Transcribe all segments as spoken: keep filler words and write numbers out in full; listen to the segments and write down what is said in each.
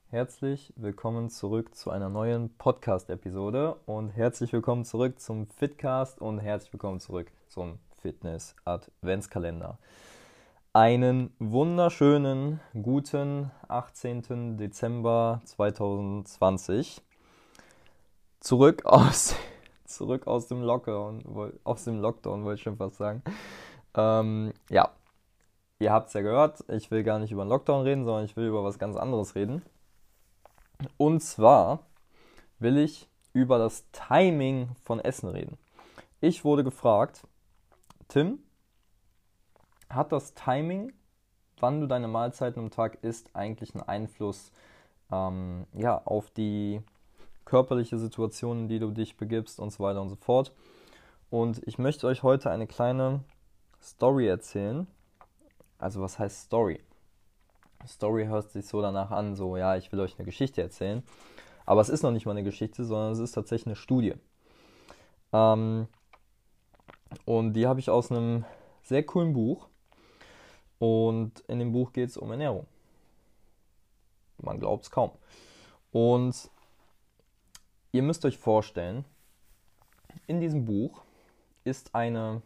Herzlich willkommen zurück zu einer neuen Podcast-Episode und herzlich willkommen zurück zum Fitcast und herzlich willkommen zurück zum Fitness-Adventskalender. Einen wunderschönen, guten achtzehnten Dezember zweitausendzwanzig. Zurück aus, zurück aus dem Lockdown, woll- aus dem Lockdown wollte ich schon fast sagen. Ähm, ja, ihr habt es ja gehört, ich will gar nicht über den Lockdown reden, sondern ich will über was ganz anderes reden. Und zwar will ich über das Timing von Essen reden. Ich wurde gefragt, Tim, hat das Timing, wann du deine Mahlzeiten am Tag isst, eigentlich einen Einfluss ähm, ja, auf die körperliche Situation, in die du dich begibst und so weiter und so fort. Und ich möchte euch heute eine kleine Story erzählen. Also was heißt Story? Story hört sich so danach an, so ja, ich will euch eine Geschichte erzählen. Aber es ist noch nicht mal eine Geschichte, sondern es ist tatsächlich eine Studie. Ähm, und die habe ich aus einem sehr coolen Buch. Und in dem Buch geht es um Ernährung. Man glaubt es kaum. Und ihr müsst euch vorstellen, in diesem Buch ist eine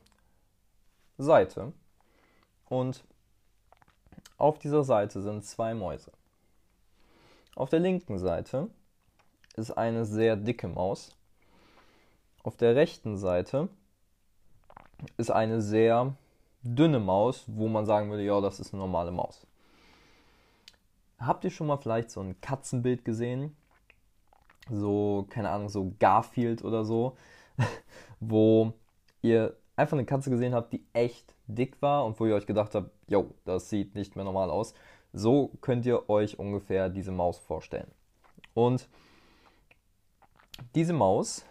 Seite und auf dieser Seite sind zwei Mäuse. Auf der linken Seite ist eine sehr dicke Maus. Auf der rechten Seite ist eine sehr dünne Maus, wo man sagen würde, ja, das ist eine normale Maus. Habt ihr schon mal vielleicht so ein Katzenbild gesehen? So, keine Ahnung, so Garfield oder so, wo ihr einfach eine Katze gesehen habt, die echt dick war und wo ihr euch gedacht habt, jo, das sieht nicht mehr normal aus. So könnt ihr euch ungefähr diese Maus vorstellen. Und diese Maus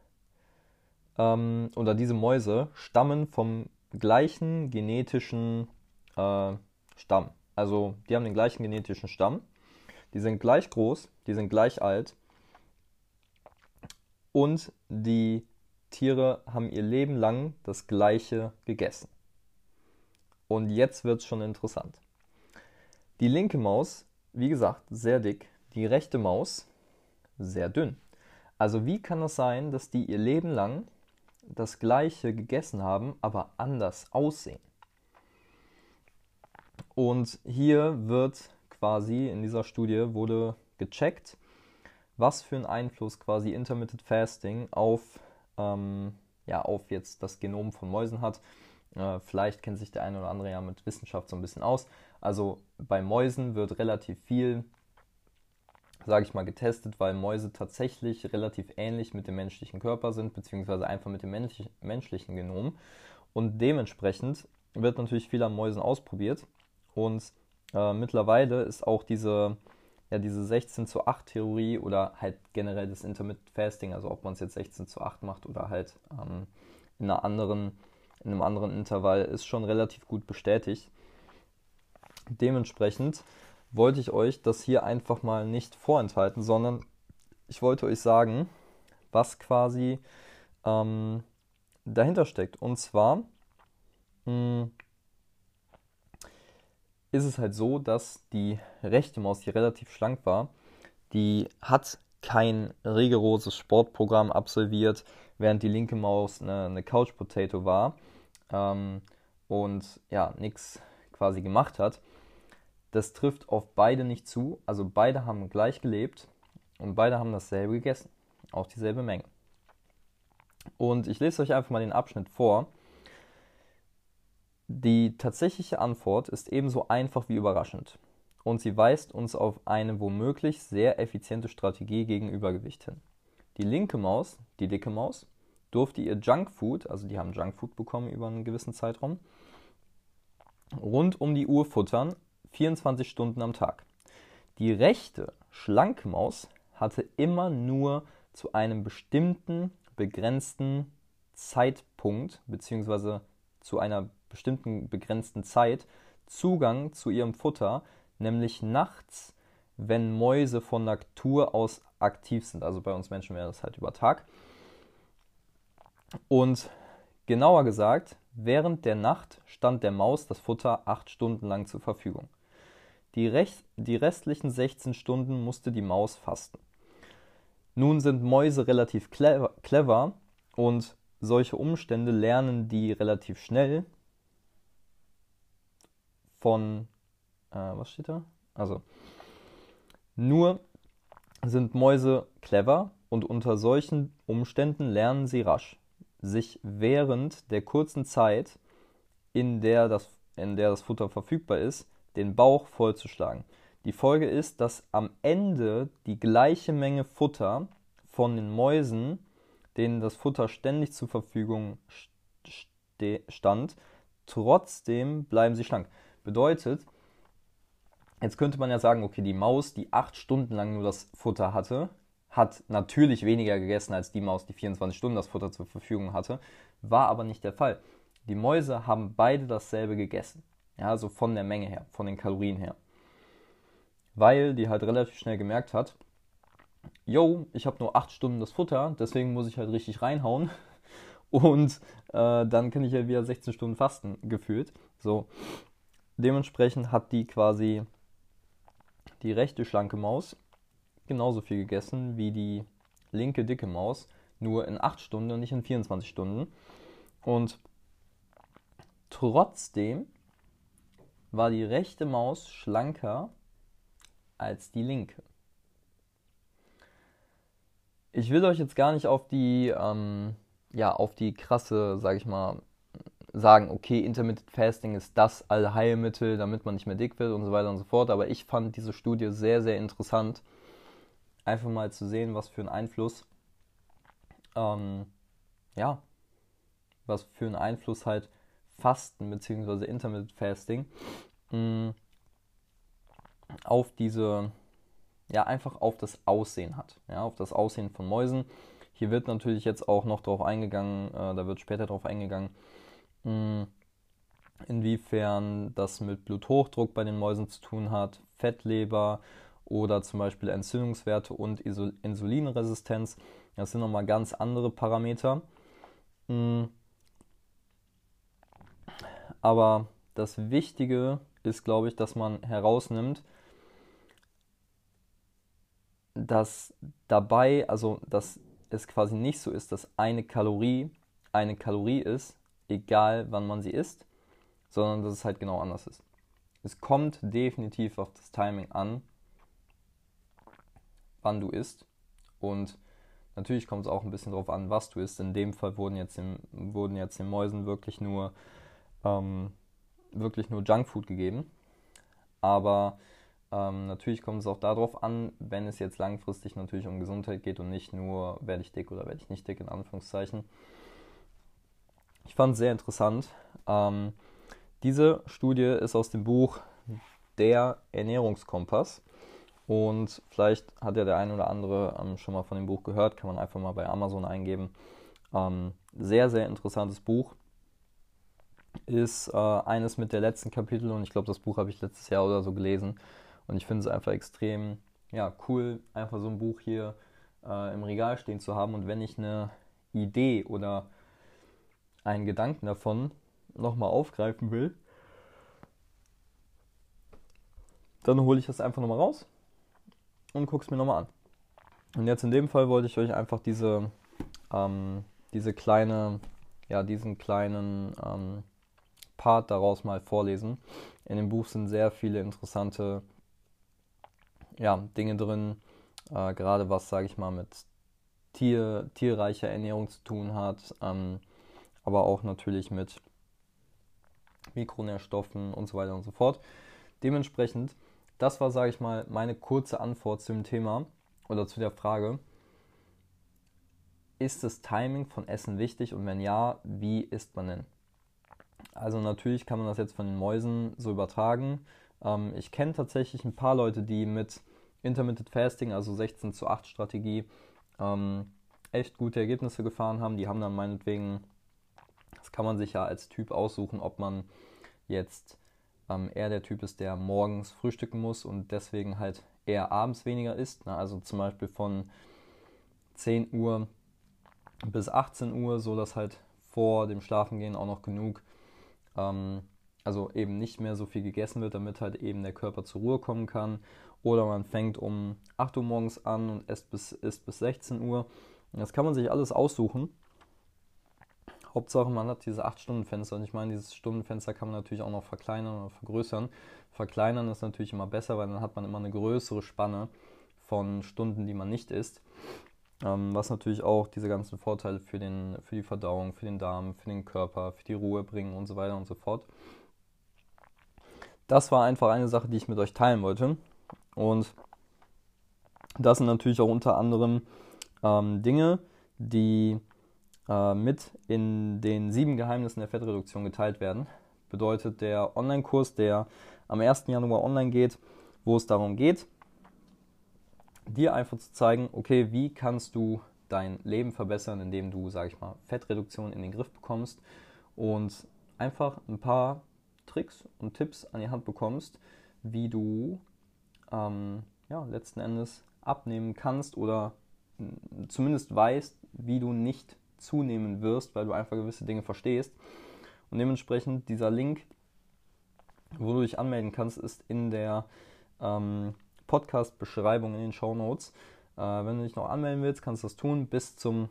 ähm, oder diese Mäuse stammen vom gleichen genetischen äh, Stamm. Also die haben den gleichen genetischen Stamm. Die sind gleich groß, die sind gleich alt und die Tiere haben ihr Leben lang das gleiche gegessen. Und jetzt wird es schon interessant. Die linke Maus, wie gesagt, sehr dick. Die rechte Maus, sehr dünn. Also wie kann es sein, dass die ihr Leben lang das gleiche gegessen haben, aber anders aussehen? Und hier wird quasi, in dieser Studie wurde gecheckt, was für einen Einfluss quasi Intermittent Fasting auf, ähm, ja, auf jetzt das Genom von Mäusen hat. Äh, vielleicht kennt sich der eine oder andere ja mit Wissenschaft so ein bisschen aus. Also bei Mäusen wird relativ viel, sage ich mal, getestet, weil Mäuse tatsächlich relativ ähnlich mit dem menschlichen Körper sind, beziehungsweise einfach mit dem menschlich, menschlichen Genom. Und dementsprechend wird natürlich viel an Mäusen ausprobiert. Und äh, mittlerweile ist auch diese, ja, diese sechzehn zu acht Theorie oder halt generell das Intermittent Fasting, also ob man es jetzt sechzehn zu acht macht oder halt ähm, in, einer anderen, in einem anderen Intervall, ist schon relativ gut bestätigt. Dementsprechend wollte ich euch das hier einfach mal nicht vorenthalten, sondern ich wollte euch sagen, was quasi ähm, dahinter steckt. Und zwar mh, ist es halt so, dass die rechte Maus, die relativ schlank war, die hat kein rigoroses Sportprogramm absolviert, während die linke Maus eine, eine Couch Potato war ähm, und ja, nichts quasi gemacht hat. Das trifft auf beide nicht zu. Also beide haben gleich gelebt und beide haben dasselbe gegessen. Auch dieselbe Menge. Und ich lese euch einfach mal den Abschnitt vor. Die tatsächliche Antwort ist ebenso einfach wie überraschend. Und sie weist uns auf eine womöglich sehr effiziente Strategie gegen Übergewicht hin. Die linke Maus, die dicke Maus, durfte ihr Junkfood, also die haben Junkfood bekommen über einen gewissen Zeitraum, rund um die Uhr futtern, vierundzwanzig Stunden am Tag. Die rechte, schlanke Maus hatte immer nur zu einem bestimmten, begrenzten Zeitpunkt bzw. zu einer bestimmten begrenzten Zeit Zugang zu ihrem Futter, nämlich nachts, wenn Mäuse von Natur aus aktiv sind. Also bei uns Menschen wäre das halt über Tag. Und genauer gesagt, während der Nacht stand der Maus das Futter acht Stunden lang zur Verfügung. Die, rech- die restlichen sechzehn Stunden musste die Maus fasten. Nun sind Mäuse relativ clever, clever und solche Umstände lernen die relativ schnell von, äh, was steht da? Also, nur sind Mäuse clever und unter solchen Umständen lernen sie rasch, sich während der kurzen Zeit, in der das, in der das Futter verfügbar ist, den Bauch vollzuschlagen. Die Folge ist, dass am Ende die gleiche Menge Futter von den Mäusen, denen das Futter ständig zur Verfügung ste- stand, trotzdem bleiben sie schlank. Bedeutet, jetzt könnte man ja sagen, okay, die Maus, die acht Stunden lang nur das Futter hatte, hat natürlich weniger gegessen als die Maus, die vierundzwanzig Stunden das Futter zur Verfügung hatte, war aber nicht der Fall. Die Mäuse haben beide dasselbe gegessen, ja, also von der Menge her, von den Kalorien her. Weil die halt relativ schnell gemerkt hat, yo, ich habe nur acht Stunden das Futter, deswegen muss ich halt richtig reinhauen und äh, dann kann ich ja wieder sechzehn Stunden fasten, gefühlt. So, dementsprechend hat die quasi die rechte schlanke Maus genauso viel gegessen wie die linke dicke Maus, nur in acht Stunden und nicht in vierundzwanzig Stunden. Und trotzdem war die rechte Maus schlanker als die linke. Ich will euch jetzt gar nicht auf die, ähm, ja, auf die krasse, sag ich mal, sagen, okay, Intermittent Fasting ist das Allheilmittel, damit man nicht mehr dick wird und so weiter und so fort. Aber ich fand diese Studie sehr, sehr interessant, einfach mal zu sehen, was für einen Einfluss, ähm, ja, was für einen Einfluss halt Fasten bzw. Intermittent Fasting mh, auf diese, ja, einfach auf das Aussehen hat, ja, auf das Aussehen von Mäusen. Hier wird natürlich jetzt auch noch drauf eingegangen, äh, da wird später drauf eingegangen, mh, inwiefern das mit Bluthochdruck bei den Mäusen zu tun hat, Fettleber oder zum Beispiel Entzündungswerte und Insulinresistenz. Das sind nochmal ganz andere Parameter. Aber das Wichtige ist, glaube ich, dass man herausnimmt, dass dabei, also dass es quasi nicht so ist, dass eine Kalorie eine Kalorie ist, egal wann man sie isst, sondern dass es halt genau anders ist. Es kommt definitiv auf das Timing an, wann du isst, und natürlich kommt es auch ein bisschen darauf an, was du isst. In dem Fall wurden jetzt den, wurden jetzt den Mäusen wirklich nur ähm, wirklich nur Junkfood gegeben, aber ähm, natürlich kommt es auch darauf an, wenn es jetzt langfristig natürlich um Gesundheit geht und nicht nur, werde ich dick oder werde ich nicht dick, in Anführungszeichen. Ich fand es sehr interessant. Ähm, diese Studie ist aus dem Buch Der Ernährungskompass. Und vielleicht hat ja der ein oder andere ähm, schon mal von dem Buch gehört, kann man einfach mal bei Amazon eingeben. Ähm, sehr, sehr interessantes Buch. Ist äh, eines mit der letzten Kapitel, und ich glaube, das Buch habe ich letztes Jahr oder so gelesen. Und ich finde es einfach extrem, ja, cool, einfach so ein Buch hier äh, im Regal stehen zu haben. Und wenn ich eine Idee oder einen Gedanken davon nochmal aufgreifen will, dann hole ich das einfach nochmal raus und gucke es mir nochmal an. Und jetzt in dem Fall wollte ich euch einfach diese, ähm, diese kleine, ja, diesen kleinen ähm, Part daraus mal vorlesen. In dem Buch sind sehr viele interessante, ja, Dinge drin, äh, gerade was, sage ich mal, mit Tier, tierreicher Ernährung zu tun hat, ähm, aber auch natürlich mit Mikronährstoffen und so weiter und so fort. Dementsprechend, das war, sage ich mal, meine kurze Antwort zu dem Thema oder zu der Frage: Ist das Timing von Essen wichtig, und wenn ja, wie isst man denn? Also natürlich kann man das jetzt von den Mäusen so übertragen. Ähm, ich kenne tatsächlich ein paar Leute, die mit Intermittent Fasting, also sechzehn zu acht Strategie, ähm, echt gute Ergebnisse gefahren haben. Die haben dann meinetwegen, das kann man sich ja als Typ aussuchen, ob man jetzt ähm, eher der Typ ist, der morgens frühstücken muss und deswegen halt eher abends weniger isst. Ne? Also zum Beispiel von zehn Uhr bis achtzehn Uhr, so dass halt vor dem Schlafengehen auch noch genug ähm, also eben nicht mehr so viel gegessen wird, damit halt eben der Körper zur Ruhe kommen kann. Oder man fängt um acht Uhr morgens an und isst bis, isst bis sechzehn Uhr. Das kann man sich alles aussuchen. Hauptsache, man hat diese acht Stunden Fenster. Und ich meine, dieses Stundenfenster kann man natürlich auch noch verkleinern oder vergrößern. Verkleinern ist natürlich immer besser, weil dann hat man immer eine größere Spanne von Stunden, die man nicht isst. Ähm, was natürlich auch diese ganzen Vorteile für, den, für die Verdauung, für den Darm, für den Körper, für die Ruhe bringen und so weiter und so fort. Das war einfach eine Sache, die ich mit euch teilen wollte. Und das sind natürlich auch unter anderem ähm, Dinge, die äh, mit in den sieben Geheimnissen der Fettreduktion geteilt werden. Bedeutet der Online-Kurs, der am ersten Januar online geht, wo es darum geht, dir einfach zu zeigen, okay, wie kannst du dein Leben verbessern, indem du, sage ich mal, Fettreduktion in den Griff bekommst und einfach ein paar Tricks und Tipps an die Hand bekommst, wie du ähm, ja, letzten Endes abnehmen kannst oder zumindest weißt, wie du nicht zunehmen wirst, weil du einfach gewisse Dinge verstehst. Und dementsprechend dieser Link, wo du dich anmelden kannst, ist in der ähm, Podcast-Beschreibung in den Shownotes. Äh, wenn du dich noch anmelden willst, kannst du das tun bis zum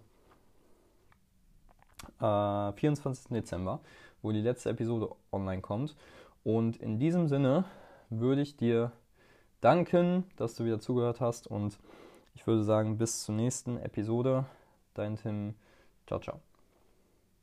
äh, vierundzwanzigsten Dezember, wo die letzte Episode online kommt. Und in diesem Sinne würde ich dir danken, dass du wieder zugehört hast und ich würde sagen, bis zur nächsten Episode. Dein Tim. Ciao, ciao.